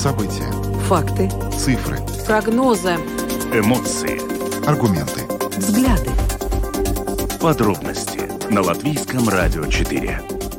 События. Факты. Цифры. Прогнозы. Эмоции. Аргументы. Взгляды. Подробности на Латвийском радио 4.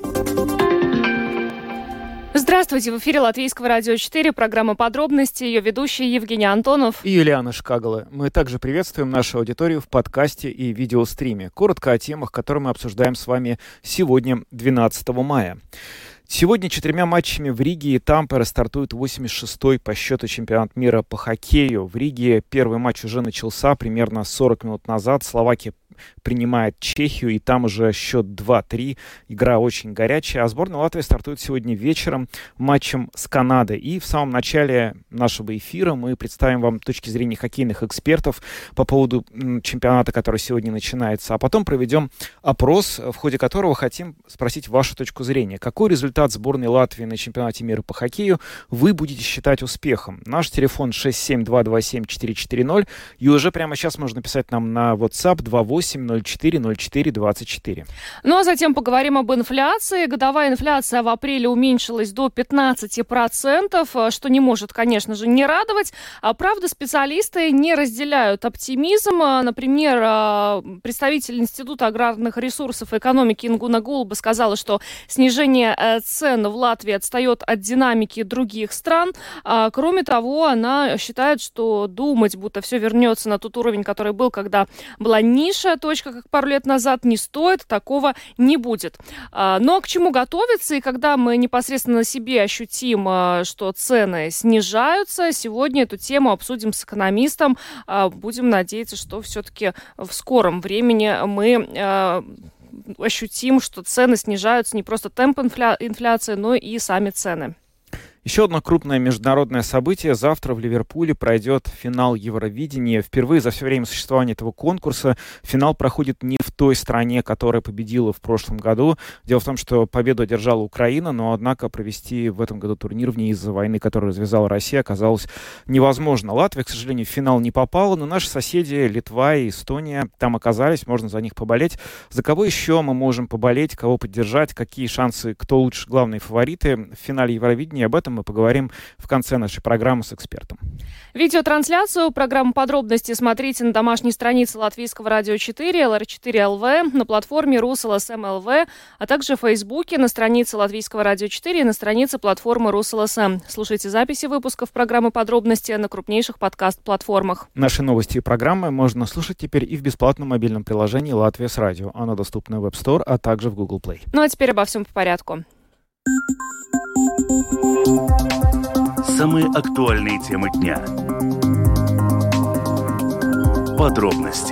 Здравствуйте, в эфире Латвийского радио 4, программа «Подробности», ее ведущие Евгений Антонов и Юлиана Шкагала. Мы также приветствуем нашу аудиторию в подкасте и видеостриме. Коротко о темах, которые мы обсуждаем с вами сегодня, 12 мая. Сегодня 4 матчами в Риге и Тампере стартует 86-й по счету чемпионат мира по хоккею. В Риге первый матч уже начался примерно 40 минут назад. Словакия принимает Чехию, и там уже счет 2-3. Игра очень горячая. А сборная Латвии стартует сегодня вечером матчем с Канадой. И в самом начале нашего эфира мы представим вам точки зрения хоккейных экспертов по поводу чемпионата, который сегодня начинается. А потом проведем опрос, в ходе которого хотим спросить вашу точку зрения. Какой результат сборной Латвии на чемпионате мира по хоккею вы будете считать успехом? Наш телефон 67227-440. И уже прямо сейчас можно писать нам на WhatsApp 28040424. Ну а затем поговорим об инфляции. Годовая инфляция в апреле уменьшилась до 15%, что не может, конечно же, не радовать. Правда, специалисты не разделяют оптимизм. Например, представитель Института аграрных ресурсов и экономики Ингуна Гулба сказала, что снижение цен в Латвии отстает от динамики других стран. Кроме того, она считает, что думать, будто все вернется на тот уровень, который был, когда была низшая точка, как пару лет назад, не стоит, такого не будет. Но к чему готовиться, и когда мы непосредственно на себе ощутим, что цены снижаются, сегодня эту тему обсудим с экономистом. Будем надеяться, что все-таки в скором времени мы ощутим, что цены снижаются, не просто темп инфляции, но и сами цены. Еще одно крупное международное событие. Завтра в Ливерпуле пройдет финал Евровидения. Впервые за все время существования этого конкурса финал проходит не в той стране, которая победила в прошлом году. Дело в том, что победу одержала Украина, но, однако, провести в этом году турнир в ней из-за войны, которую развязала Россия, оказалось невозможно. Латвия, к сожалению, в финал не попала, но наши соседи Литва и Эстония там оказались, можно за них поболеть. За кого еще мы можем поболеть, кого поддержать, какие шансы, кто лучше, главные фавориты в финале Евровидения, об этом мы поговорим в конце нашей программы с экспертом. Видеотрансляцию программы «Подробности» смотрите на домашней странице Латвийского радио 4, LR4LV, на платформе RusLSM.LV, а также в Фейсбуке, на странице Латвийского радио 4 и на странице платформы RusLSM. Слушайте записи выпусков программы «Подробности» на крупнейших подкаст-платформах. Наши новости и программы можно слушать теперь и в бесплатном мобильном приложении «Латвия с радио». Оно доступно в App Store, а также в Google Play. Ну а теперь обо всем по порядку. Самые актуальные темы дня. Подробности.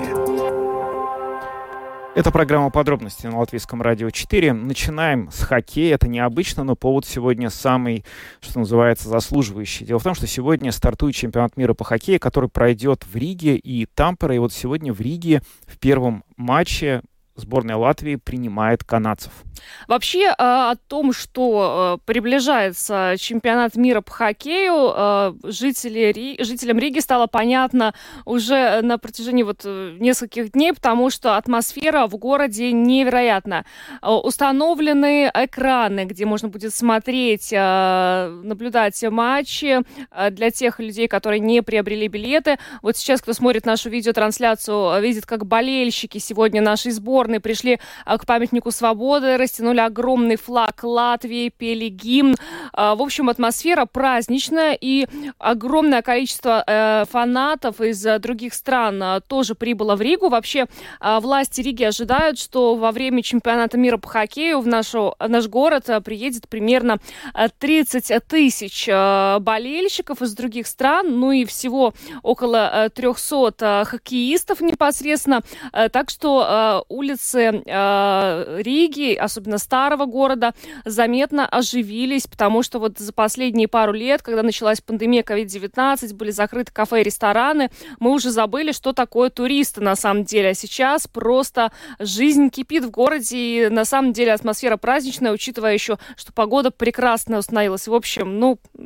Это программа «Подробности» на Латвийском радио 4. Начинаем с хоккея. Это необычно, но повод сегодня самый, что называется, заслуживающий. Дело в том, что сегодня стартует чемпионат мира по хоккею, который пройдет в Риге и Тампере. И вот сегодня в Риге в первом матче сборная Латвии принимает канадцев. Вообще о том, что приближается чемпионат мира по хоккею, жителям Риги стало понятно уже на протяжении нескольких дней, потому что атмосфера в городе невероятна. Установлены экраны, где можно будет смотреть, наблюдать матчи для тех людей, которые не приобрели билеты. Вот сейчас, кто смотрит нашу видеотрансляцию, видит, как болельщики сегодня нашей сборной пришли к памятнику Свободы, растянули огромный флаг Латвии, пели гимн. В общем, атмосфера праздничная, и огромное количество фанатов из других стран тоже прибыло в Ригу. Вообще, власти Риги ожидают, что во время чемпионата мира по хоккею в наш город приедет примерно 30 тысяч болельщиков из других стран, ну и всего около 300 хоккеистов непосредственно. Так что улицы Риги, особенно старого города, заметно оживились, потому что вот за последние пару лет, когда началась пандемия COVID-19, были закрыты кафе и рестораны, мы уже забыли, что такое туристы на самом деле. А сейчас просто жизнь кипит в городе, и на самом деле атмосфера праздничная, учитывая еще, что погода прекрасная установилась. В общем,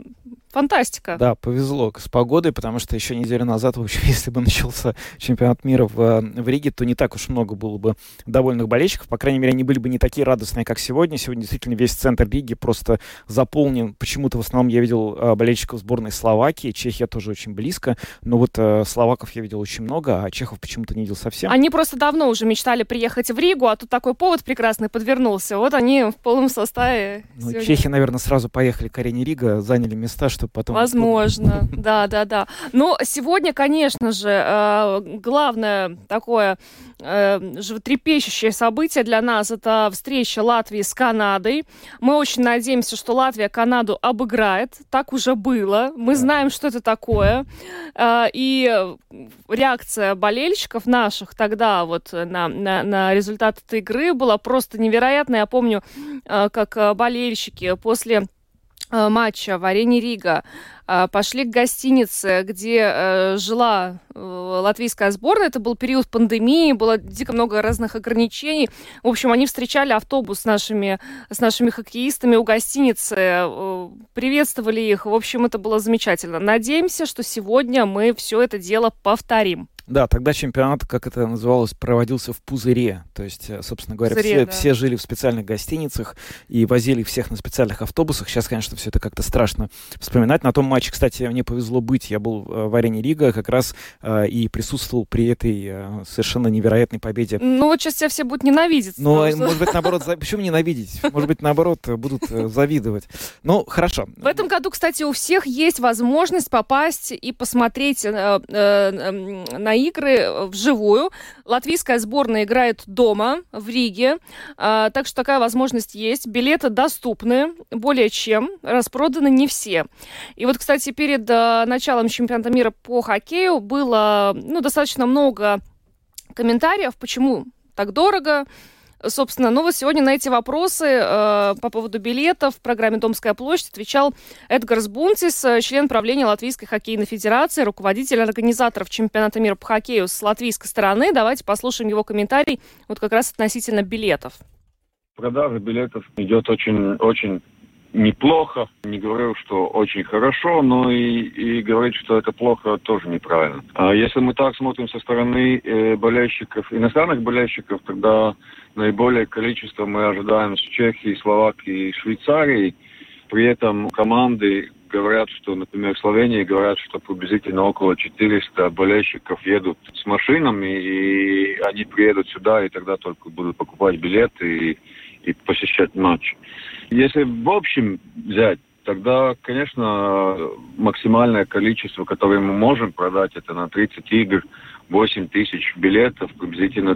Фантастика. Да, повезло с погодой, потому что еще неделю назад, в общем, если бы начался чемпионат мира в Риге, то не так уж много было бы довольных болельщиков. По крайней мере, они были бы не такие радостные, как сегодня. Сегодня действительно весь центр Риги просто заполнен. Почему-то в основном я видел болельщиков сборной Словакии. Чехия тоже очень близко. Но вот словаков я видел очень много, а чехов почему-то не видел совсем. Они просто давно уже мечтали приехать в Ригу, а тут такой повод прекрасный подвернулся. Вот они в полном составе. Ну, чехи, наверное, сразу поехали к арене Рига, заняли места, чтобы потом... Возможно, да. Но сегодня, конечно же, главное такое животрепещущее событие для нас — это встреча Латвии с Канадой. Мы очень надеемся, что Латвия Канаду обыграет. Так уже было. Мы знаем, что это такое. И реакция болельщиков наших тогда вот на результат этой игры была просто невероятная. Я помню, как болельщики после матча в арене Рига пошли к гостинице, где жила латвийская сборная. Это был период пандемии, было дико много разных ограничений. В общем, они встречали автобус с нашими хоккеистами у гостиницы, приветствовали их. В общем, это было замечательно. Надеемся, что сегодня мы все это дело повторим. Да, тогда чемпионат, как это называлось, проводился в пузыре. То есть, собственно говоря, все жили в специальных гостиницах и возили всех на специальных автобусах. Сейчас, конечно, все это как-то страшно вспоминать. На том матче, кстати, мне повезло быть. Я был в арене Рига как раз и присутствовал при этой совершенно невероятной победе. Ну, вот сейчас тебя все будут ненавидеть. Ну, может быть, наоборот, почему ненавидеть? Может быть, наоборот, будут завидовать. Ну, хорошо. В этом году, кстати, у всех есть возможность попасть и посмотреть на игры вживую. Латвийская сборная играет дома в Риге, так что такая возможность есть. Билеты доступны, более чем, распроданы не все. И вот, кстати, перед началом чемпионата мира по хоккею было достаточно много комментариев, почему так дорого. Собственно, вот сегодня на эти вопросы по поводу билетов в программе «Домская площадь» отвечал Эдгарс Бунцис, член правления Латвийской хоккейной федерации, руководитель организаторов чемпионата мира по хоккею с латвийской стороны. Давайте послушаем его комментарий вот как раз относительно билетов. Продажа билетов идет очень неплохо. Не говорю, что очень хорошо, но и говорить, что это плохо, тоже неправильно. А если мы так смотрим со стороны болельщиков, иностранных болельщиков, тогда наиболее количество мы ожидаем с Чехии, Словакии и Швейцарии. При этом команды говорят, что, например, в Словении говорят, что приблизительно около 400 болельщиков едут с машинами, и они приедут сюда, и тогда только будут покупать билеты и посещать матч. Если в общем взять, тогда, конечно, максимальное количество, которое мы можем продать, это на 30 игр, 8 тысяч билетов, приблизительно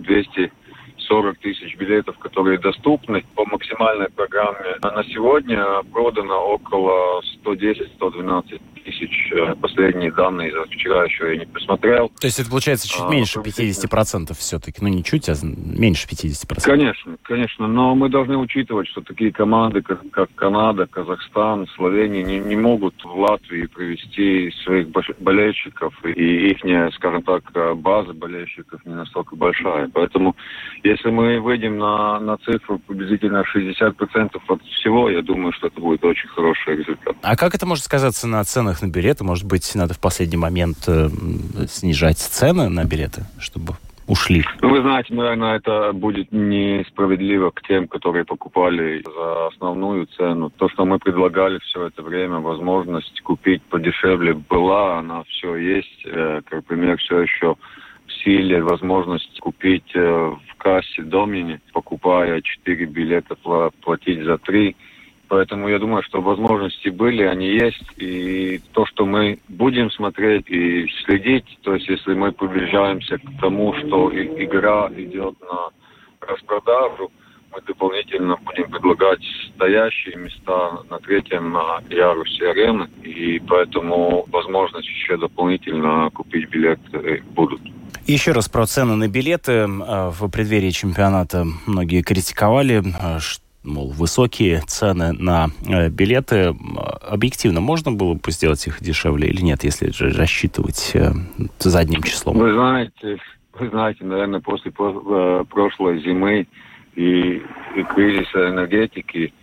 240 тысяч билетов, которые доступны по максимальной программе. А на сегодня продано около 110-112 тысяч. Последние данные за вчера еще я не посмотрел. То есть это получается чуть меньше 50% все-таки? Ну не чуть, а меньше 50%. Конечно. Но мы должны учитывать, что такие команды, как Канада, Казахстан, Словения, не могут в Латвии привести своих болельщиков. И их, скажем так, база болельщиков не настолько большая. Поэтому если мы выйдем на цифру приблизительно 60% от всего, я думаю, что это будет очень хороший результат. А как это может сказаться на ценах на билеты? Может быть, надо в последний момент снижать цены на билеты, чтобы ушли? Вы знаете, наверное, это будет несправедливо к тем, которые покупали за основную цену. То, что мы предлагали все это время, возможность купить подешевле была, она все есть. Как пример, все еще в силе возможность купить в кассе Домини, покупая 4 билета, платить за 3. Поэтому я думаю, что возможности были, они есть. И то, что мы будем смотреть и следить, то есть если мы приближаемся к тому, что игра идет на распродажу, мы дополнительно будем предлагать стоящие места на третьем ярусе арены. И поэтому возможность еще дополнительно купить билеты будут. Еще раз про цены на билеты. В преддверии чемпионата многие критиковали, мол, высокие цены на билеты. Объективно можно было бы сделать их дешевле или нет, если рассчитывать задним числом? Вы знаете, наверное, после прошлой зимы и кризиса энергетики,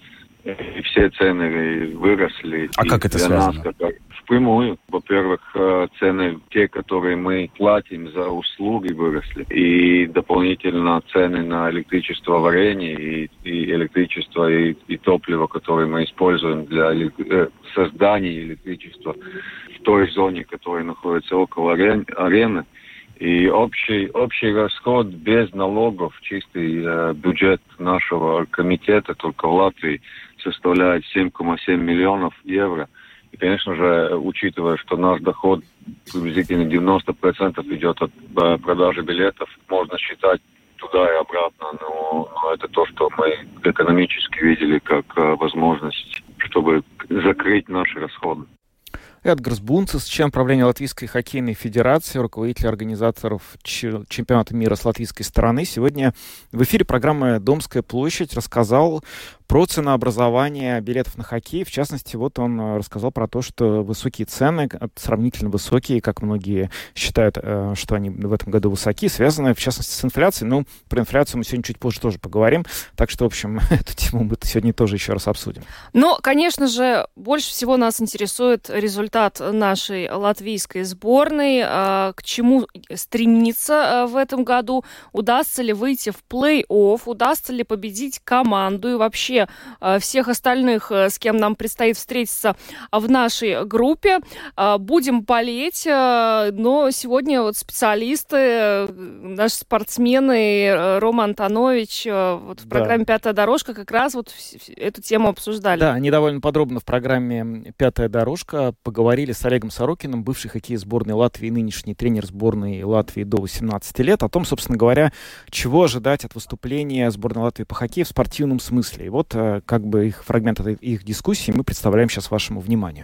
и все цены выросли. А как это связано? Впрямую. Во-первых, цены, те, которые мы платим за услуги, выросли. И дополнительно цены на электричество, варенье и электричество и топливо, которое мы используем для создания электричества в той зоне, которая находится около арены. И общий расход без налогов, чистый бюджет нашего комитета только в Латвии составляет 7,7 миллионов евро. И, конечно же, учитывая, что наш доход приблизительно 90% идет от продажи билетов, можно считать туда и обратно. Но это то, что мы экономически видели как возможность, чтобы закрыть наши расходы. Эдгарс Бунцис, член правления Латвийской хоккейной федерации, руководитель организаторов чемпионата мира с латвийской стороны, сегодня в эфире программы «Домская площадь» рассказал про ценообразование билетов на хоккей. В частности, вот он рассказал про то, что высокие цены, сравнительно высокие, как многие считают, что они в этом году высоки, связаны, в частности, с инфляцией. Ну, про инфляцию мы сегодня чуть позже тоже поговорим. Так что, в общем, эту тему мы сегодня тоже еще раз обсудим. Но, конечно же, больше всего нас интересует результат нашей латвийской сборной. К чему стремиться в этом году? Удастся ли выйти в плей-офф? Удастся ли победить команду? И вообще всех остальных, с кем нам предстоит встретиться в нашей группе. Будем болеть, но сегодня вот специалисты, наши спортсмены, Рома Антонович, вот в программе «Пятая дорожка» как раз вот эту тему обсуждали. Да, они довольно подробно в программе «Пятая дорожка» поговорили с Олегом Сорокиным, бывший хоккеист сборной Латвии, нынешний тренер сборной Латвии до 18 лет, о том, собственно говоря, чего ожидать от выступления сборной Латвии по хоккею в спортивном смысле. И вот как бы их фрагмент их дискуссии мы представляем сейчас вашему вниманию.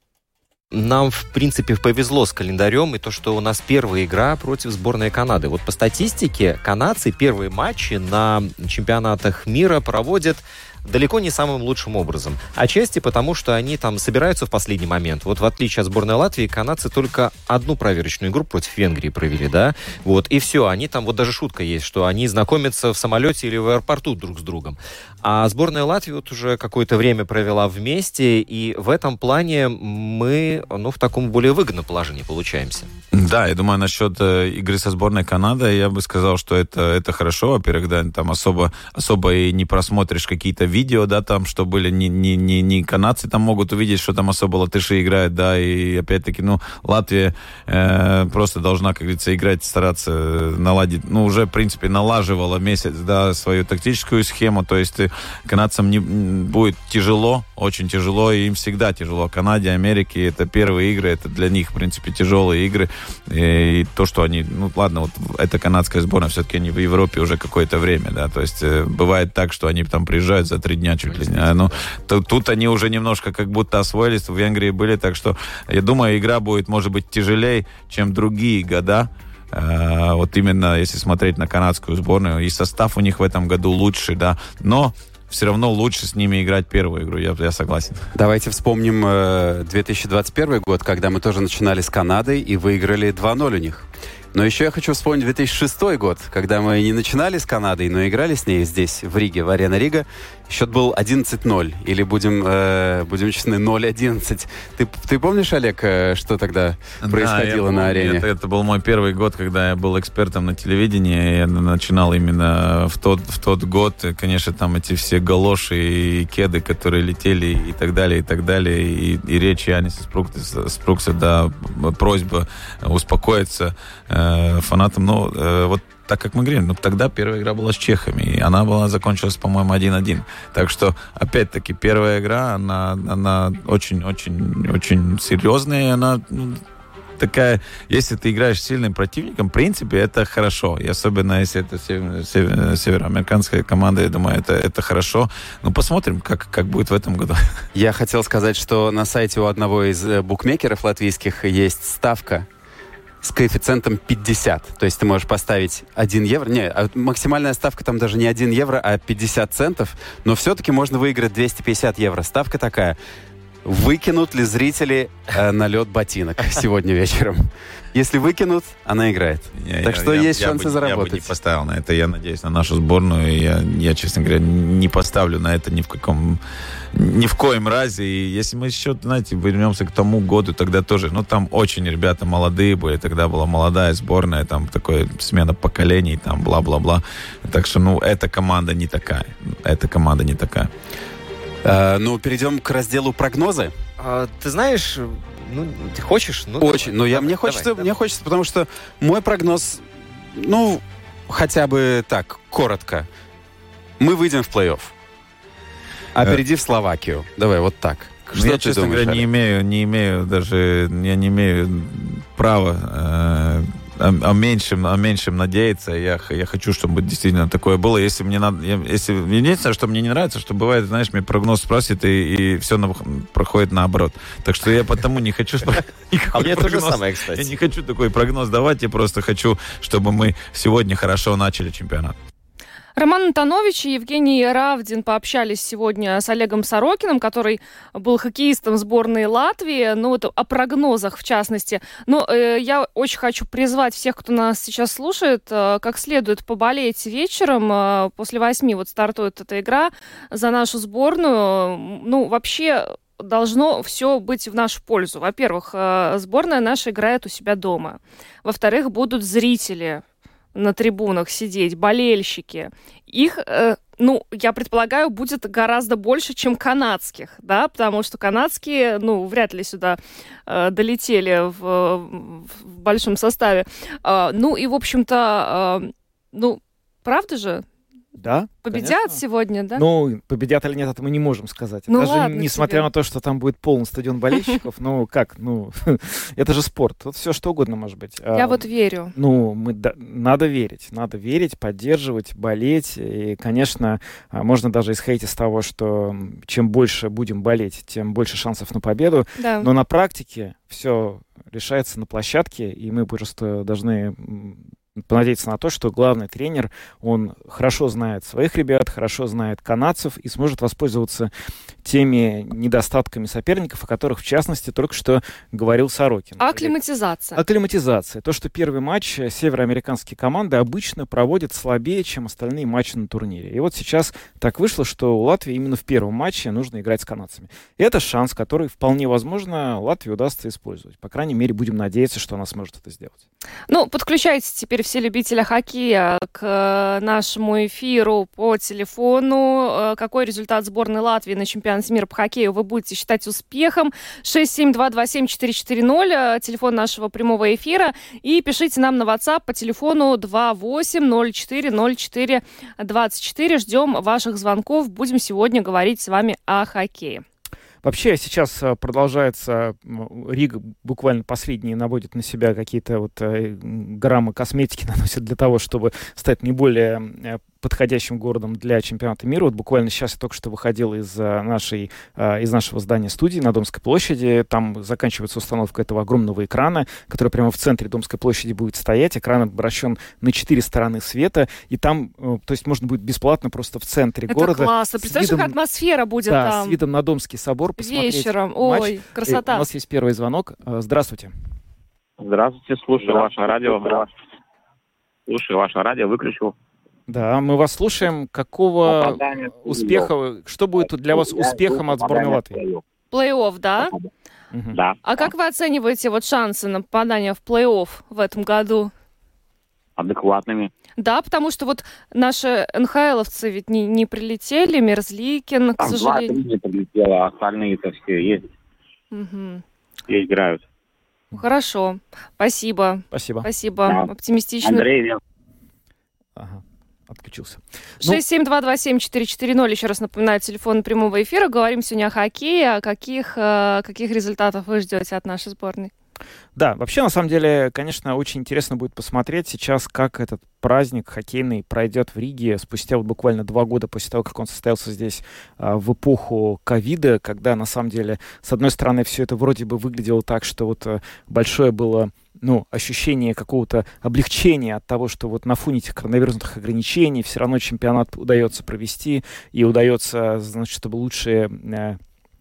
Нам, в принципе, повезло с календарем и то, что у нас первая игра против сборной Канады. Вот по статистике, канадцы первые матчи на чемпионатах мира проводят далеко не самым лучшим образом. Отчасти потому, что они там собираются в последний момент. Вот в отличие от сборной Латвии, канадцы только одну проверочную игру против Венгрии провели, да? Вот, и все. Они там, вот даже шутка есть, что они знакомятся в самолете или в аэропорту друг с другом. А сборная Латвии вот уже какое-то время провела вместе, и в этом плане мы, в таком более выгодном положении получаемся. Да, я думаю, насчет игры со сборной Канады, я бы сказал, что это хорошо. Во-первых, да, там особо и не просмотришь какие-то видео, да, там, что были не канадцы там могут увидеть, что там особо латыши играют, да, и опять-таки, Латвия просто должна, как говорится, играть, стараться наладить, уже, в принципе, налаживала месяц, да, свою тактическую схему, то есть канадцам будет тяжело, очень тяжело, и им всегда тяжело. Канаде, Америке, это первые игры, это для них, в принципе, тяжелые игры, и то, что они, ладно, вот эта канадская сборная, все-таки они в Европе уже какое-то время, да, то есть бывает так, что они там приезжают за 3 дня чуть ли не. Тут они уже немножко как будто освоились, в Венгрии были, так что я думаю, игра будет, может быть, тяжелее, чем другие года. Вот именно если смотреть на канадскую сборную, и состав у них в этом году лучше, да, но все равно лучше с ними играть первую игру, я согласен. Давайте вспомним 2021 год, когда мы тоже начинали с Канадой и выиграли 2-0 у них. Но еще я хочу вспомнить 2006 год, когда мы не начинали с Канадой, но играли с ней здесь, в Риге, в Арена Рига. Счет был 11-0, или будем честны, 0-11. Ты помнишь, Олег, что тогда происходило на арене? Это был мой первый год, когда я был экспертом на телевидении. Я начинал именно в тот год. Конечно, там эти все галоши и кеды, которые летели и так далее, и речь Яниса Спрукса, да, просьба успокоиться фанатам. Вот так как мы говорим, тогда первая игра была с чехами, и она закончилась, по-моему, 1-1. Так что, опять-таки, первая игра, она очень-очень-очень серьезная, она такая, если ты играешь с сильным противником, в принципе, это хорошо. И особенно, если это североамериканская команда, я думаю, это хорошо. Посмотрим, как будет в этом году. Я хотел сказать, что на сайте у одного из букмекеров латвийских есть ставка с коэффициентом 50. То есть ты можешь поставить 1 евро. Максимальная ставка там даже не 1 евро, а 50 центов. Но все-таки можно выиграть 250 евро. Ставка такая. Выкинут ли зрители на лед ботинок сегодня вечером? Если выкинут, она играет. Так что есть шансы заработать. Я бы не поставил на это. Я надеюсь на нашу сборную. Я, честно говоря, не поставлю на это ни в коем разе. И если мы еще, знаете, вернемся к тому году, тогда тоже, там очень ребята молодые были. Тогда была молодая сборная, там такая смена поколений, там бла-бла-бла. Так что, эта команда не такая. Перейдем к разделу прогнозы. Ты знаешь, ты хочешь? Очень. Мне хочется, потому что мой прогноз, хотя бы так, коротко. Мы выйдем в плей-офф. Опередив Словакию. Давай, вот так. Что я, ты честно думаешь, говоря, не имею права о меньшем надеяться. Я хочу, чтобы действительно такое было. Единственное, что мне не нравится, что бывает, знаешь, мне прогноз спросит, и все проходит наоборот. Так что я потому не хочу... А мне то же самое, кстати. Я не хочу такой прогноз давать, я просто хочу, чтобы мы сегодня хорошо начали чемпионат. Роман Антонович и Евгений Равдин пообщались сегодня с Олегом Сорокиным, который был хоккеистом сборной Латвии, о прогнозах в частности. Я очень хочу призвать всех, кто нас сейчас слушает, как следует поболеть вечером. После 8 стартует эта игра за нашу сборную. Вообще должно все быть в нашу пользу. Во-первых, сборная наша играет у себя дома. Во-вторых, будут зрители на трибунах сидеть, болельщики. Их, я предполагаю, будет гораздо больше, чем канадских, да, потому что канадские, вряд ли сюда долетели в большом составе. В общем-то, правда же? Да, победят, конечно, сегодня, да? Победят или нет, это мы не можем сказать. Даже ладно несмотря на то, что там будет полный стадион болельщиков, это же спорт. Тут все что угодно может быть. Я верю. Надо верить, поддерживать, болеть. И, конечно, можно даже исходить из того, что чем больше будем болеть, тем больше шансов на победу. Да. Но на практике все решается на площадке, и мы просто должны понадеяться на то, что главный тренер, он хорошо знает своих ребят, хорошо знает канадцев и сможет воспользоваться теми недостатками соперников, о которых, в частности, только что говорил Сорокин. Акклиматизация. Акклиматизация. То, что первый матч североамериканские команды обычно проводят слабее, чем остальные матчи на турнире. И вот сейчас так вышло, что у Латвии именно в первом матче нужно играть с канадцами. И это шанс, который, вполне возможно, Латвии удастся использовать. По крайней мере, будем надеяться, что она сможет это сделать. Подключайтесь теперь все любители хоккея к нашему эфиру по телефону. Какой результат сборной Латвии на чемпионате мира по хоккею вы будете считать успехом? 67227-440, телефон нашего прямого эфира. И пишите нам на WhatsApp по телефону 28040424. Ждем ваших звонков. Будем сегодня говорить с вами о хоккее. Вообще сейчас продолжается, Рига буквально последние наводит на себя какие-то граммы косметики, наносит для того, чтобы стать наиболее подходящим городом для чемпионата мира. Буквально сейчас я только что выходил из нашего здания студии на Домской площади. Там заканчивается установка этого огромного экрана, который прямо в центре Домской площади будет стоять. Экран обращен на 4 стороны света. И там, то есть можно будет бесплатно просто в центре города. Это классно. Представляешь, какая атмосфера будет там? С видом на Домский собор посмотреть вечером. Матч. Ой, красота. У нас есть первый звонок. Здравствуйте. Здравствуйте, слушаю ваше радио. Слушаю ваше радио, выключил. Да, мы вас слушаем. Какого успеха, что будет для вас успехом от сборной Латвии? Плей-офф, да? Да. А как вы оцениваете шансы на попадание в плей-офф в этом году? Адекватными. Да, потому что наши НХЛовцы ведь не прилетели, Мерзликин, к сожалению. 2-3 не прилетело, а остальные-то все есть. Угу. И играют. Хорошо. Спасибо. Спасибо. Да. Оптимистично. Андрей, Ага. Отключился. 67227-440. Еще раз напоминаю, телефон прямого эфира. Говорим сегодня о хоккее. А каких результатов вы ждете от нашей сборной? Да, вообще, на самом деле, конечно, очень интересно будет посмотреть сейчас, как этот праздник хоккейный пройдет в Риге спустя буквально 2 года после того, как он состоялся здесь в эпоху ковида, когда, на самом деле, с одной стороны, все это вроде бы выглядело так, что большое было ощущение какого-то облегчения от того, что на фоне этих коронавирусных ограничений все равно чемпионат удается провести, и удается, чтобы лучшие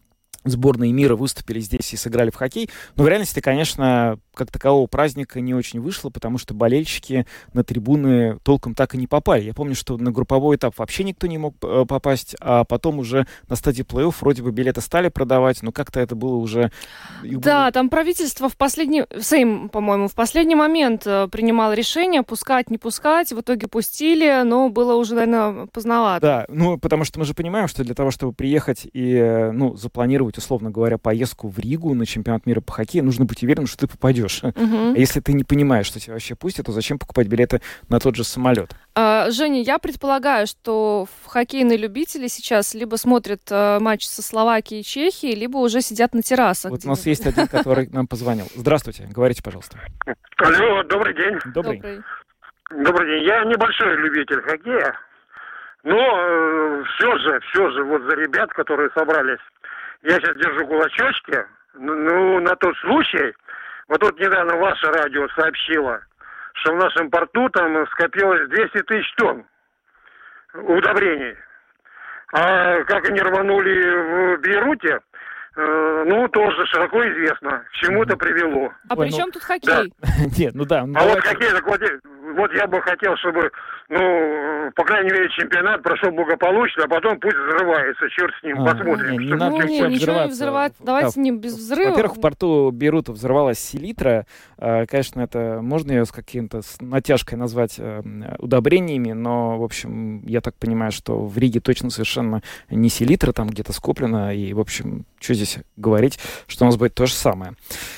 сборные мира выступили здесь и сыграли в хоккей. Но в реальности, конечно, как такового праздника не очень вышло, потому что болельщики на трибуны толком так и не попали. Я помню, что на групповой этап вообще никто не мог попасть, а потом уже на стадии плей-офф вроде бы билеты стали продавать, но как-то это было уже... Да, там правительство в последний момент принимало решение, пускать, не пускать. В итоге пустили, но было уже, наверное, поздновато. Да, ну, потому что мы же понимаем, что для того, чтобы приехать и, запланировать, условно говоря, поездку в Ригу на чемпионат мира по хоккею, нужно быть уверенным, что ты попадешь. А если ты не понимаешь, что тебя вообще пустят, то зачем покупать билеты на тот же самолет? Женя, я предполагаю, что хоккейные любители сейчас либо смотрят матч со Словакией и Чехией, либо уже сидят на террасах. Вот у нас есть один, который нам позвонил. Здравствуйте, говорите, пожалуйста. Алло, добрый день. Добрый день. Я небольшой любитель хоккея, но все же, вот за ребят, которые собрались, я сейчас держу кулачочки, на тот случай, вот тут недавно ваше радио сообщило, что в нашем порту там скопилось 200 тысяч тонн удобрений. А как они рванули в Бейруте, тоже широко известно, к чему это привело. А при чем тут хоккей? Нет, вот хоккей, так вот я бы хотел, чтобы, по крайней мере, чемпионат прошел благополучно, а потом пусть взрывается, черт с ним, посмотрим. Ничего не взрывать, давайте не без взрыва. Во-первых, в порту Бейрута взорвалась селитра. Конечно, это можно ее с каким-то натяжкой назвать удобрениями, но, в общем, я так понимаю, что в Риге точно совершенно не селитра, там где-то скоплено, и, в общем, что здесь говорить, что у нас будет то же самое.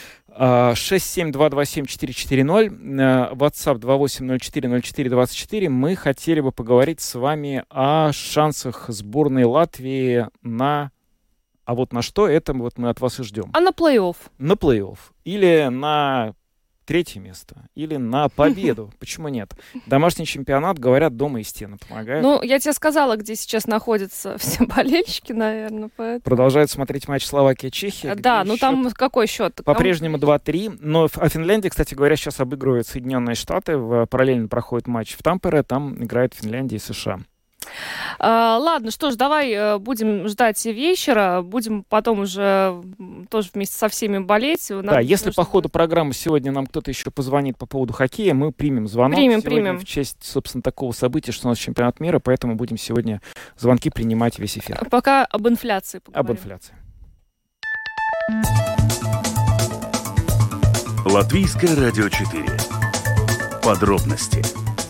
67227-440, WhatsApp 2804-04-24. Мы хотели бы поговорить с вами о шансах сборной Латвии на... А вот на что, это вот мы от вас и ждем. А на плей-офф? На плей-офф. Или на третье место. Или на победу. Почему нет? Домашний чемпионат, говорят, дома и стены помогают. Я тебе сказала, где сейчас находятся все болельщики, наверное. Поэтому... Продолжают смотреть матч Словакия-Чехия. Да, там какой счет? По-прежнему 2-3. Но Финляндия, кстати говоря, сейчас обыгрывает Соединенные Штаты. Параллельно проходит матч в Тампере. Там играет Финляндия и США. Ладно, что ж, давай будем ждать вечера, будем потом уже тоже вместе со всеми болеть. Да, если по ходу программы сегодня нам кто-то еще позвонит по поводу хоккея, мы примем звонок. Примем. В честь, собственно, такого события, что у нас чемпионат мира, поэтому будем сегодня звонки принимать весь эфир. Пока об инфляции поговорим. Об инфляции. Латвийское радио 4. Подробности.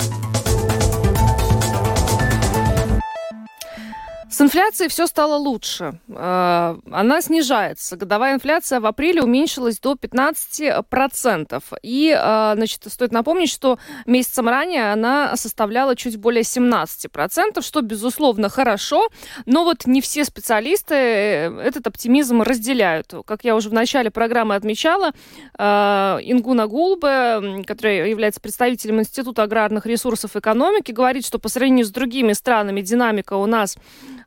С инфляцией все стало лучше. Она снижается. Годовая инфляция в апреле уменьшилась до 15%. И, стоит напомнить, что месяцем ранее она составляла чуть более 17%, что, безусловно, хорошо. Но вот не все специалисты этот оптимизм разделяют. Как я уже в начале программы отмечала, Ингуна Гулбе, которая является представителем Института аграрных ресурсов и экономики, говорит, что по сравнению с другими странами динамика у нас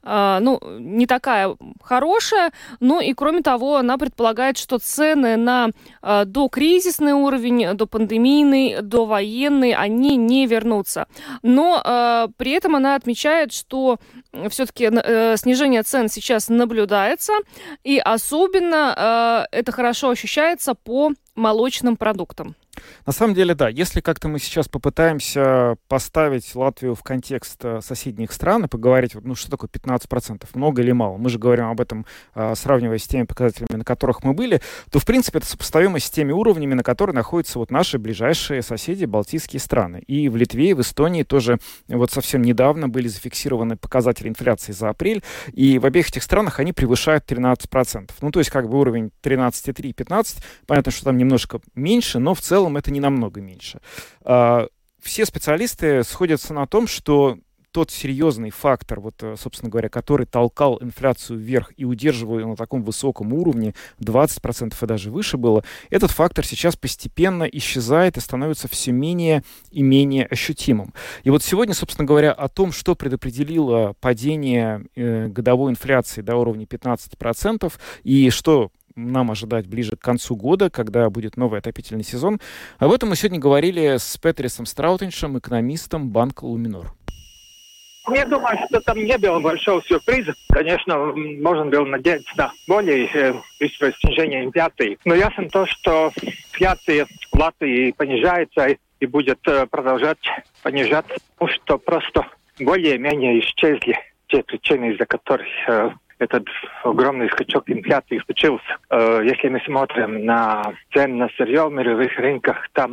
не такая хорошая, и кроме того, она предполагает, что цены на докризисный уровень, допандемийный, довоенный, они не вернутся. Но при этом она отмечает, что все-таки снижение цен сейчас наблюдается, и особенно это хорошо ощущается по молочным продуктам. На самом деле, да, если как-то мы сейчас попытаемся поставить Латвию в контекст соседних стран и поговорить, что такое 15%, много или мало, мы же говорим об этом, сравнивая с теми показателями, на которых мы были, то, в принципе, это сопоставимо с теми уровнями, на которых находятся наши ближайшие соседи, балтийские страны. И в Литве, и в Эстонии тоже совсем недавно были зафиксированы показатели инфляции за апрель, и в обеих этих странах они превышают 13%. То есть, уровень 13,3-15, понятно, что там немножко меньше, но в целом это не намного меньше. Все специалисты сходятся на том, что тот серьезный фактор, собственно говоря, который толкал инфляцию вверх и удерживал ее на таком высоком уровне, 20% и даже выше было, этот фактор сейчас постепенно исчезает и становится все менее и менее ощутимым. И сегодня, собственно говоря, о том, что предопределило падение годовой инфляции до уровня 15% и что нам ожидать ближе к концу года, когда будет новый отопительный сезон. Об этом мы сегодня говорили с Петрисом Страутиншем, экономистом банка Луминор. Я думаю, что там не было большого сюрприза. Конечно, можно было надеяться на более быстрое снижение инфляции. Но ясно то, что инфляция в Латвии понижается и будет продолжать понижаться, потому что просто более-менее исчезли те причины, из-за которых этот огромный скачок инфляции случился. Если мы смотрим на цены на сырье в мировых рынках, там,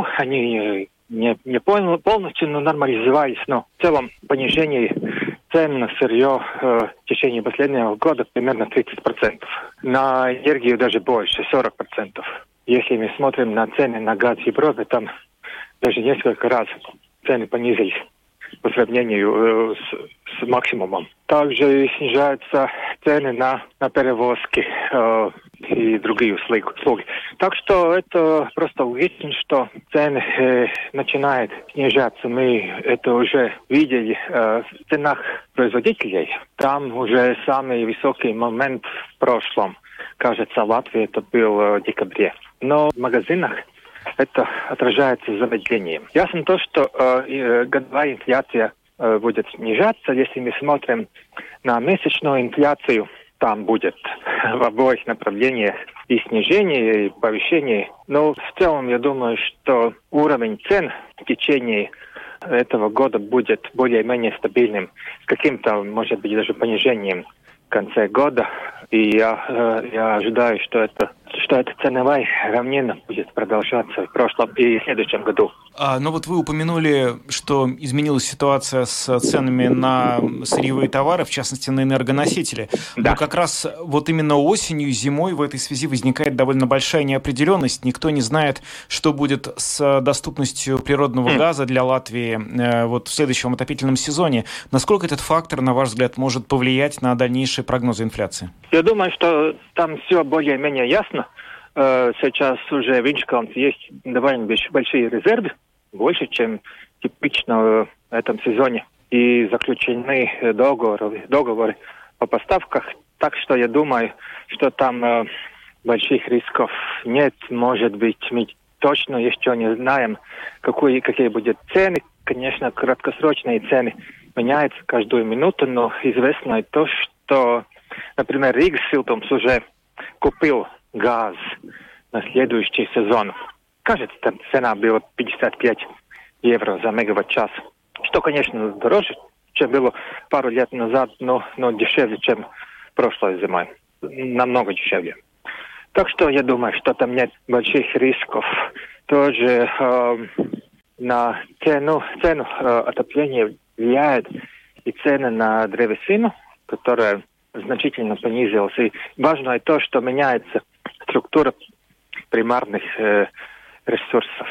они не полностью нормализовались, но в целом понижение цен на сырье в течение последнего года примерно 30%. На энергию даже больше, 40%. Если мы смотрим на цены на газ в Европе, там даже несколько раз цены понизились по сравнению с максимумом. Также снижаются цены на перевозки и другие услуги. Так что это просто логично, что цены начинают снижаться. Мы это уже видели в ценах производителей. Там уже самый высокий момент в прошлом. Кажется, в Латвии это был в декабре. Но в магазинах это отражается замедлением. Ясно то, что годовая инфляция будет снижаться. Если мы смотрим на месячную инфляцию, там будет в обоих направлениях и снижение, и повышение. Но в целом я думаю, что уровень цен в течение этого года будет более-менее стабильным, с каким-то, может быть, даже понижением в конце года. И я ожидаю, что эта ценовая равнина будет продолжаться в прошлом и в следующем году. Но вот вы упомянули, что изменилась ситуация с ценами на сырьевые товары, в частности, на энергоносители. Да. Но как раз вот именно осенью и зимой в этой связи возникает довольно большая неопределенность. Никто не знает, что будет с доступностью природного газа для Латвии вот в следующем отопительном сезоне. Насколько этот фактор, на ваш взгляд, может повлиять на дальнейшие прогнозы инфляции? Я думаю, что там все более-менее ясно. Сейчас уже в Инчкалнсе есть довольно большие резервы, больше, чем типично в этом сезоне. И заключены договоры о поставках. Так что я думаю, что там больших рисков нет. Может быть, мы точно еще не знаем, какие будут цены. Конечно, краткосрочные цены меняются каждую минуту, но известно то, что, например, Риgas Siltums уже купил газ на следующий сезон. Кажется, там цена была 55 евро за мегаватт-час. Что, конечно, дороже, чем было пару лет назад, но дешевле, чем прошлой зимой. Намного дешевле. Так что я думаю, что там нет больших рисков. Тоже на цену отопления влияет и цены на древесину, которая значительно понизилась. И важно то, что меняется структура примарных ресурсов.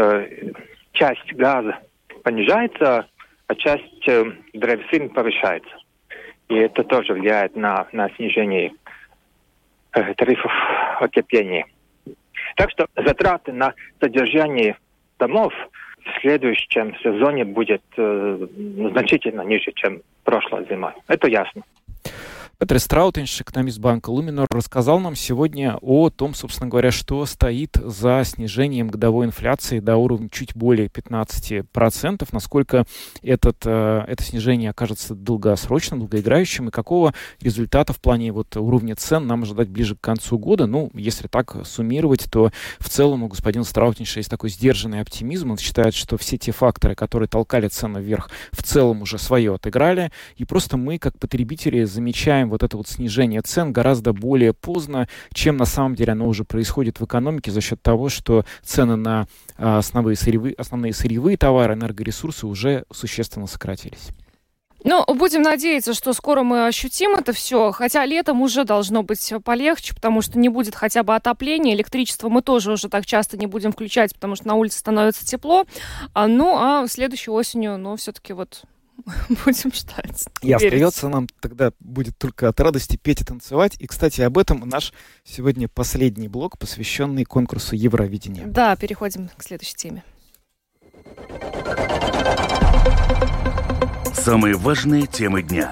Часть газа понижается, а часть древесины повышается. И это тоже влияет на снижение тарифов отопления. Так что затраты на содержание домов в следующем сезоне будет значительно ниже, чем прошлой зимой. Это ясно. Петр Страутинш, экономист банка Luminor, рассказал нам сегодня о том, собственно говоря, что стоит за снижением годовой инфляции до уровня чуть более 15%, насколько это снижение окажется долгосрочным, долгоиграющим, и какого результата в плане вот уровня цен нам ожидать ближе к концу года. Ну, если так суммировать, то в целом у господина Страутинша есть такой сдержанный оптимизм. Он считает, что все те факторы, которые толкали цены вверх, в целом уже свое отыграли, и просто мы, как потребители, замечаем вот это вот снижение цен гораздо более поздно, чем на самом деле оно уже происходит в экономике за счет того, что цены на основные сырьевые товары, энергоресурсы уже существенно сократились. Ну, будем надеяться, что скоро мы ощутим это все, хотя летом уже должно быть полегче, потому что не будет хотя бы отопления, электричество мы тоже уже так часто не будем включать, потому что на улице становится тепло, а следующей осенью, все-таки вот будем ждать. И остается нам тогда будет только от радости петь и танцевать. И, кстати, об этом наш сегодня последний блок, посвященный конкурсу Евровидения. Да, переходим к следующей теме. Самые важные темы дня.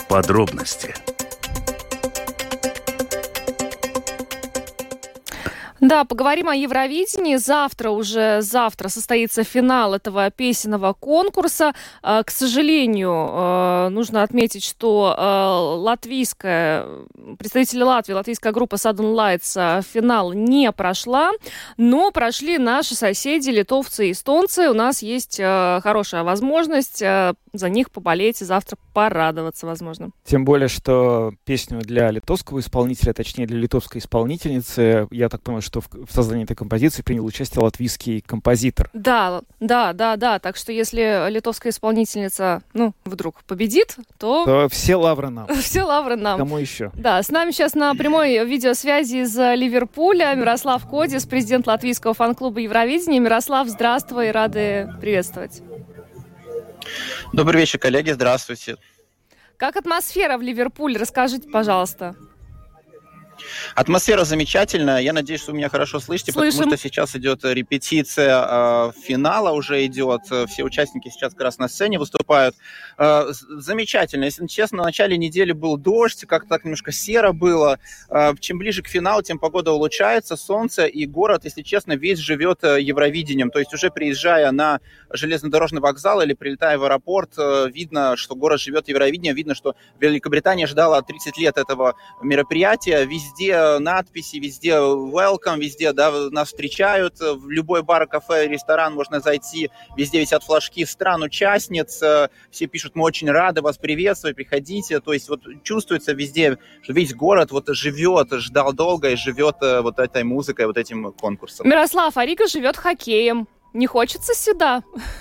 Подробности. Да, поговорим о Евровидении. Завтра состоится финал этого песенного конкурса. К сожалению, нужно отметить, что представители Латвии, латвийская группа Sudden Lights, финал не прошла, но прошли наши соседи, литовцы и эстонцы. У нас есть хорошая возможность за них поболеть и завтра порадоваться, возможно. Тем более, что песню для литовского исполнителя, точнее для литовской исполнительницы, я так понимаю, что в создании этой композиции принял участие латвийский композитор. Да. Так что если литовская исполнительница, вдруг победит, то все лавры нам. Все лавры нам. Кому еще? Да, с нами сейчас на прямой видеосвязи из Ливерпуля Мирослав Кодис, президент латвийского фан-клуба Евровидения. Мирослав, здравствуй, рады приветствовать. Добрый вечер, коллеги, здравствуйте. Как атмосфера в Ливерпуле? Расскажите, пожалуйста. Атмосфера замечательная. Я надеюсь, что вы меня хорошо слышите, Слышим. потому что сейчас идет репетиция финала, уже идет. Все участники сейчас как раз на сцене выступают. Замечательно. Если честно, в начале недели был дождь, как-то так немножко серо было. Чем ближе к финалу, тем погода улучшается, солнце, и город, если честно, весь живет Евровидением. То есть уже приезжая на железнодорожный вокзал или прилетая в аэропорт, видно, что город живет Евровидением, видно, что Великобритания ждала 30 лет этого мероприятия. Везде надписи, везде welcome, везде нас встречают. В любой бар, кафе, ресторан можно зайти. Везде висят флажки стран-участниц. Все пишут: мы очень рады вас приветствовать, приходите. То есть вот чувствуется везде, что весь город вот живет, ждал долго и живет вот этой музыкой, вот этим конкурсом. Мирослав, а Рига живет хоккеем. Не хочется сюда?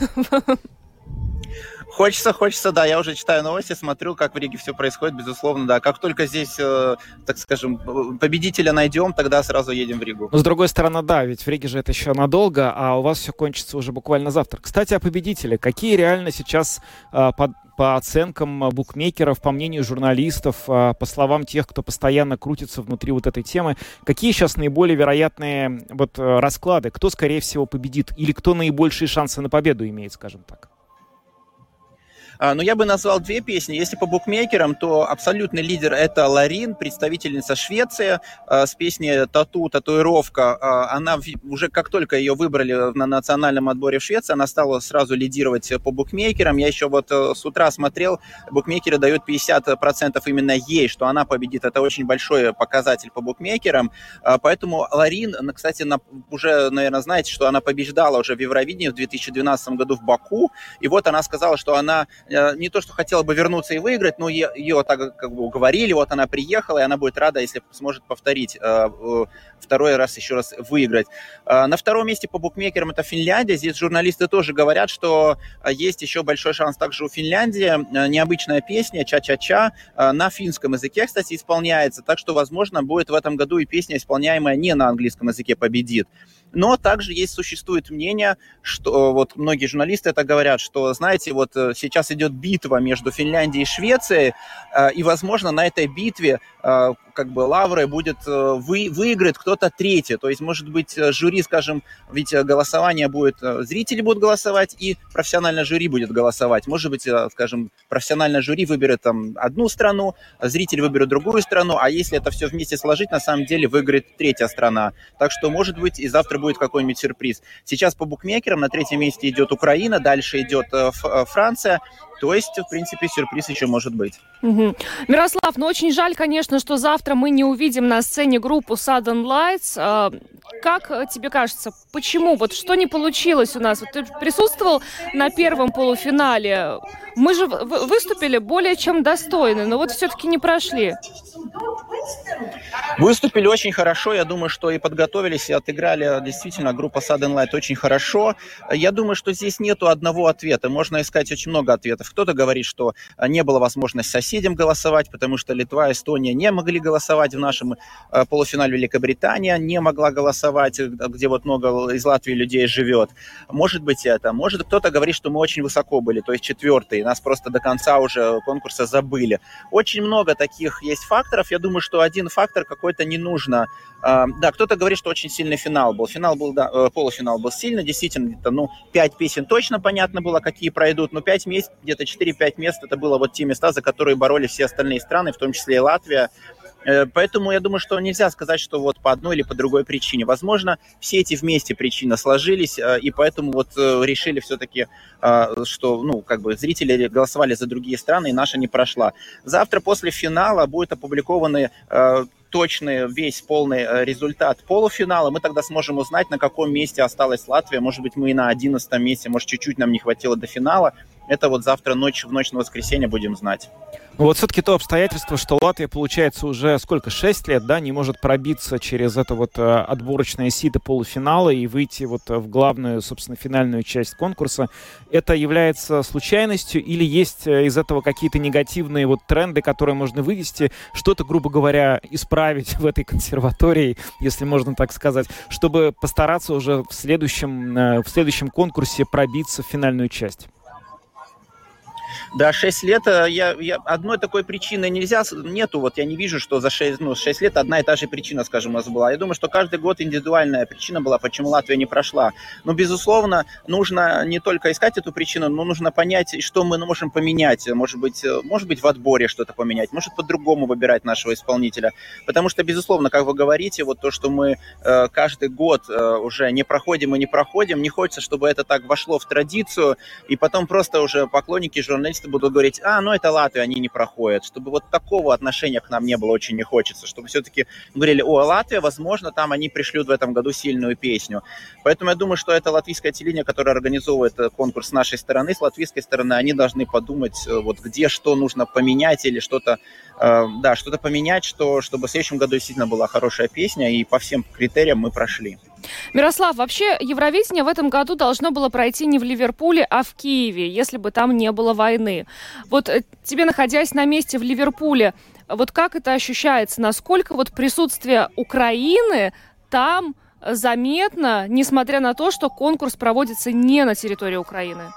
Хочется, да. Я уже читаю новости, смотрю, как в Риге все происходит, безусловно, да. Как только здесь, так скажем, победителя найдем, тогда сразу едем в Ригу. Но с другой стороны, да, ведь в Риге же это еще надолго, а у вас все кончится уже буквально завтра. Кстати, о победителе. Какие реально сейчас по оценкам букмекеров, по мнению журналистов, по словам тех, кто постоянно крутится внутри вот этой темы, какие сейчас наиболее вероятные расклады? Кто, скорее всего, победит? Или кто наибольшие шансы на победу имеет, скажем так? Но я бы назвал две песни. Если по букмекерам, то абсолютный лидер — это Ларин, представительница Швеции, с песней «Тату», «Татуировка». Она уже как только ее выбрали на национальном отборе в Швеции, она стала сразу лидировать по букмекерам. Я еще с утра смотрел, букмекеры дают 50% именно ей, что она победит. Это очень большой показатель по букмекерам. Поэтому Ларин, кстати, уже, наверное, знаете, что она побеждала уже в Евровидении в 2012 году в Баку. И вот она сказала, что она не то, что хотела бы вернуться и выиграть, но ее так как бы уговорили, вот она приехала, и она будет рада, если сможет повторить второй раз, еще раз выиграть. На втором месте по букмекерам это Финляндия. Здесь журналисты тоже говорят, что есть еще большой шанс также у Финляндии. Необычная песня «Ча-ча-ча» на финском языке, кстати, исполняется, так что, возможно, будет в этом году и песня, исполняемая не на английском языке, победит. Но также существует мнение, что многие журналисты это говорят, что, знаете, сейчас идет битва между Финляндией и Швецией, и, возможно, на этой битве лавры выиграет кто-то третий. То есть, может быть, жюри, скажем, ведь голосование будет, зрители будут голосовать, и профессиональное жюри будет голосовать. Может быть, скажем, профессиональное жюри выберет одну страну, зрители выберут другую страну, а если это все вместе сложить, на самом деле выиграет третья страна. Так что, может быть, и завтра будет какой-нибудь сюрприз. Сейчас по букмекерам на третьем месте идет Украина, дальше идет Франция. То есть, в принципе, сюрприз еще может быть. Угу. Мирослав, очень жаль, конечно, что завтра мы не увидим на сцене группу Sudden Lights. Как тебе кажется, почему? Что не получилось у нас? Ты присутствовал на первом полуфинале. Мы же выступили более чем достойно, но все-таки не прошли. Выступили очень хорошо. Я думаю, что и подготовились, и отыграли действительно группа Sudden Light очень хорошо. Я думаю, что здесь нету одного ответа. Можно искать очень много ответов. Кто-то говорит, что не было возможности соседям голосовать, потому что Литва и Эстония не могли голосовать. В нашем полуфинале Великобритания не могла голосовать, где много из Латвии людей живет. Может быть это. Может кто-то говорит, что мы очень высоко были, то есть четвертые. Нас просто до конца уже конкурса забыли. Очень много таких есть факторов. Я думаю, что один фактор какой-то не нужно. Да, кто-то говорит, что очень сильный финал был. Полуфинал был сильный, действительно, где-то, 5 песен точно понятно было, какие пройдут, но 5 мест, где-то 4-5 мест, это было те места, за которые боролись все остальные страны, в том числе и Латвия. Поэтому я думаю, что нельзя сказать, что вот по одной или по другой причине. Возможно, все эти вместе причины сложились, и поэтому вот решили все-таки, что зрители голосовали за другие страны, и наша не прошла. Завтра после финала будет опубликованы точный, весь полный результат полуфинала. Мы тогда сможем узнать, на каком месте осталась Латвия. Может быть, мы и на 11 месте, может, чуть-чуть нам не хватило до финала. Это вот завтра в ночь на воскресенье будем знать. Ну вот все-таки то обстоятельство, что Латвия, получается, уже 6 лет, да, не может пробиться через это вот отборочное сито полуфинала и выйти вот в главную, собственно, финальную часть конкурса. Это является случайностью или есть из этого какие-то негативные вот тренды, которые можно вывести, что-то, грубо говоря, исправить в этой консерватории, если можно так сказать, чтобы постараться уже в следующем конкурсе пробиться в финальную часть? Да, 6 лет, одной такой причины нету, вот я не вижу, что за 6 лет одна и та же причина, скажем, у нас была. Я думаю, что каждый год индивидуальная причина была, почему Латвия не прошла. Но, безусловно, нужно не только искать эту причину, но нужно понять, что мы можем поменять. Может быть, в отборе что-то поменять, может, по-другому выбирать нашего исполнителя. Потому что, безусловно, как вы говорите, вот то, что мы каждый год уже не проходим, не хочется, чтобы это так вошло в традицию, и потом просто уже поклонники, журналисты будут говорить, это Латвия, они не проходят. Чтобы вот такого отношения к нам не было, очень не хочется. Чтобы все-таки говорили, Латвия, возможно, там они пришлют в этом году сильную песню. Поэтому я думаю, что это латвийская телевидение, которое организовывает конкурс с нашей стороны, с латвийской стороны, они должны подумать, вот где что нужно поменять или что-то поменять, чтобы в следующем году действительно была хорошая песня, и по всем критериям мы прошли. Мирослав, вообще Евровидение в этом году должно было пройти не в Ливерпуле, а в Киеве, если бы там не было войны. Вот тебе, находясь на месте в Ливерпуле, вот как это ощущается? Насколько вот присутствие Украины там заметно, несмотря на то, что конкурс проводится не на территории Украины?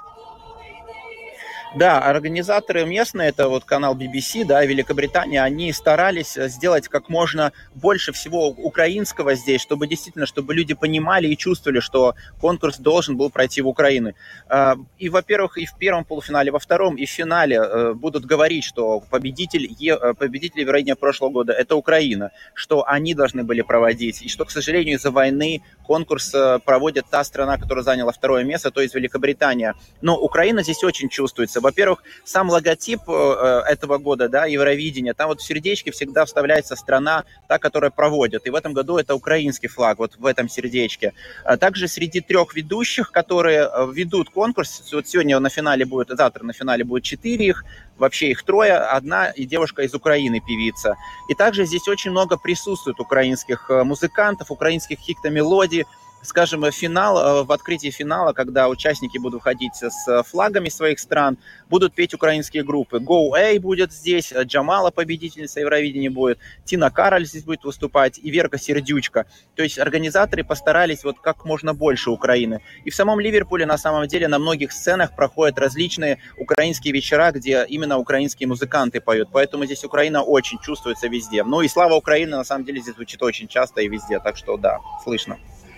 Да, организаторы местные, это вот канал BBC, да, Великобритания, они старались сделать как можно больше всего украинского здесь, чтобы люди понимали и чувствовали, что конкурс должен был пройти в Украину. И, во-первых, и в первом полуфинале, во втором, и в финале будут говорить, что победитель Евровидения прошлого года – это Украина, что они должны были проводить, и что, к сожалению, из-за войны конкурс проводит та страна, которая заняла второе место, то есть Великобритания. Но Украина здесь очень чувствуется. Во-первых, сам логотип этого года, да, Евровидения, там вот в сердечке всегда вставляется страна, та, которая проводит. И в этом году это украинский флаг, вот в этом сердечке. Также среди 3 ведущих, которые ведут конкурс, вот завтра на финале будет 4 их, вообще их 3, одна и девушка из Украины, певица. И также здесь очень много присутствует украинских музыкантов, украинских каких-то мелодий. Скажем, в открытии финала, когда участники будут выходить с флагами своих стран, будут петь украинские группы. Go A будет здесь, Джамала, победительница Евровидения, будет, Тина Кароль здесь будет выступать, и Верка Сердючка. То есть организаторы постарались вот как можно больше Украины. И в самом Ливерпуле, на самом деле, на многих сценах проходят различные украинские вечера, где именно украинские музыканты поют. Поэтому здесь Украина очень чувствуется везде. Ну и слава Украины, на самом деле, здесь звучит очень часто и везде. Так что да, слышно.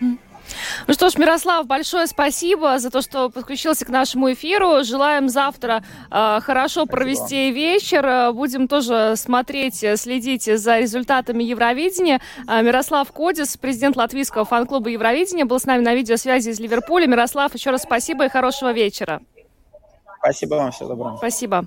Ну что ж, Мирослав, большое спасибо за то, что подключился к нашему эфиру. Желаем завтра хорошо провести вечер. Будем тоже следить за результатами Евровидения. Мирослав Кодис, президент латвийского фан-клуба Евровидения, был с нами на видеосвязи из Ливерпуля. Мирослав, еще раз спасибо и хорошего вечера. Спасибо вам, всего доброго. Спасибо.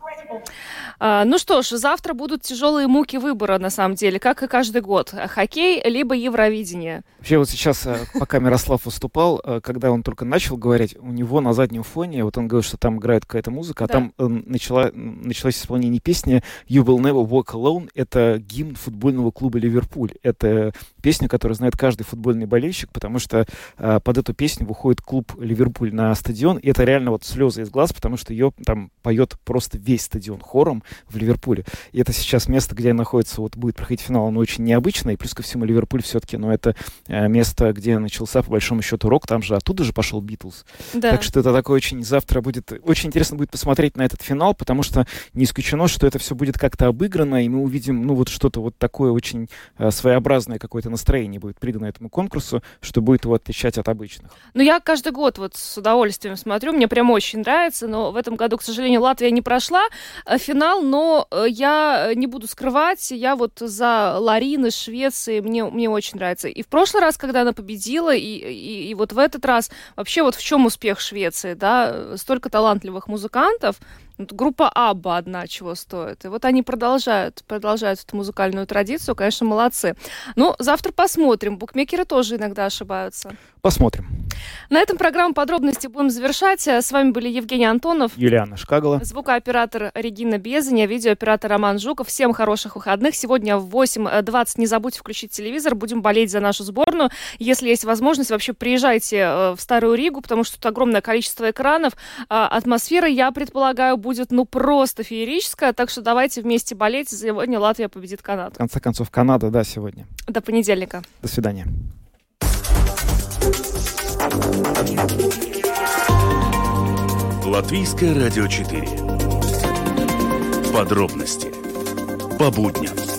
Ну что ж, завтра будут тяжелые муки выбора, на самом деле, как и каждый год. Хоккей, либо Евровидение. Вообще вот сейчас, пока Мирослав выступал, когда он только начал говорить, у него на заднем фоне, вот он говорит, что там играет какая-то музыка, а там началось исполнение песни «You will never walk alone». Это гимн футбольного клуба «Ливерпуль». Это песня, которую знает каждый футбольный болельщик, потому что под эту песню выходит клуб «Ливерпуль» на стадион, и это реально вот слезы из глаз, потому что ее там поет просто весь стадион хором в Ливерпуле. И это сейчас место, где находится, вот будет проходить финал, оно очень необычное, и плюс ко всему Ливерпуль все-таки, это место, где начался, по большому счету, рок, там же оттуда же пошел Битлз. Да. Так что это такое завтра будет, очень интересно будет посмотреть на этот финал, потому что не исключено, что это все будет как-то обыграно, и мы увидим, вот что-то вот такое очень своеобразное какое-то настроение будет придано этому конкурсу, что будет его отличать от обычных. Я каждый год вот с удовольствием смотрю, мне прям очень нравится, но в этом этом году, к сожалению, Латвия не прошла финал, но я не буду скрывать, я вот за Ларин из Швеции, мне очень нравится. И в прошлый раз, когда она победила, и вот в этот раз, вообще вот в чем успех Швеции, да, столько талантливых музыкантов. Группа Абба одна чего стоит. И вот они продолжают эту музыкальную традицию. Конечно, молодцы. Ну, завтра посмотрим. Букмекеры тоже иногда ошибаются. Посмотрим. На этом программу «Подробности» будем завершать. С вами были Евгений Антонов, Юлиана Шкагала, звукооператор Регина Безаня, видеооператор Роман Жуков. Всем хороших выходных. Сегодня в 8:20 не забудьте включить телевизор. Будем болеть за нашу сборную. Если есть возможность, вообще приезжайте в Старую Ригу, потому что тут огромное количество экранов. Атмосфера, я предполагаю, будет просто феерическая. Так что давайте вместе болеть. Сегодня Латвия победит Канаду. В конце концов, Канада, да, сегодня. До понедельника. До свидания. Латвийское радио 4. Подробности по будням.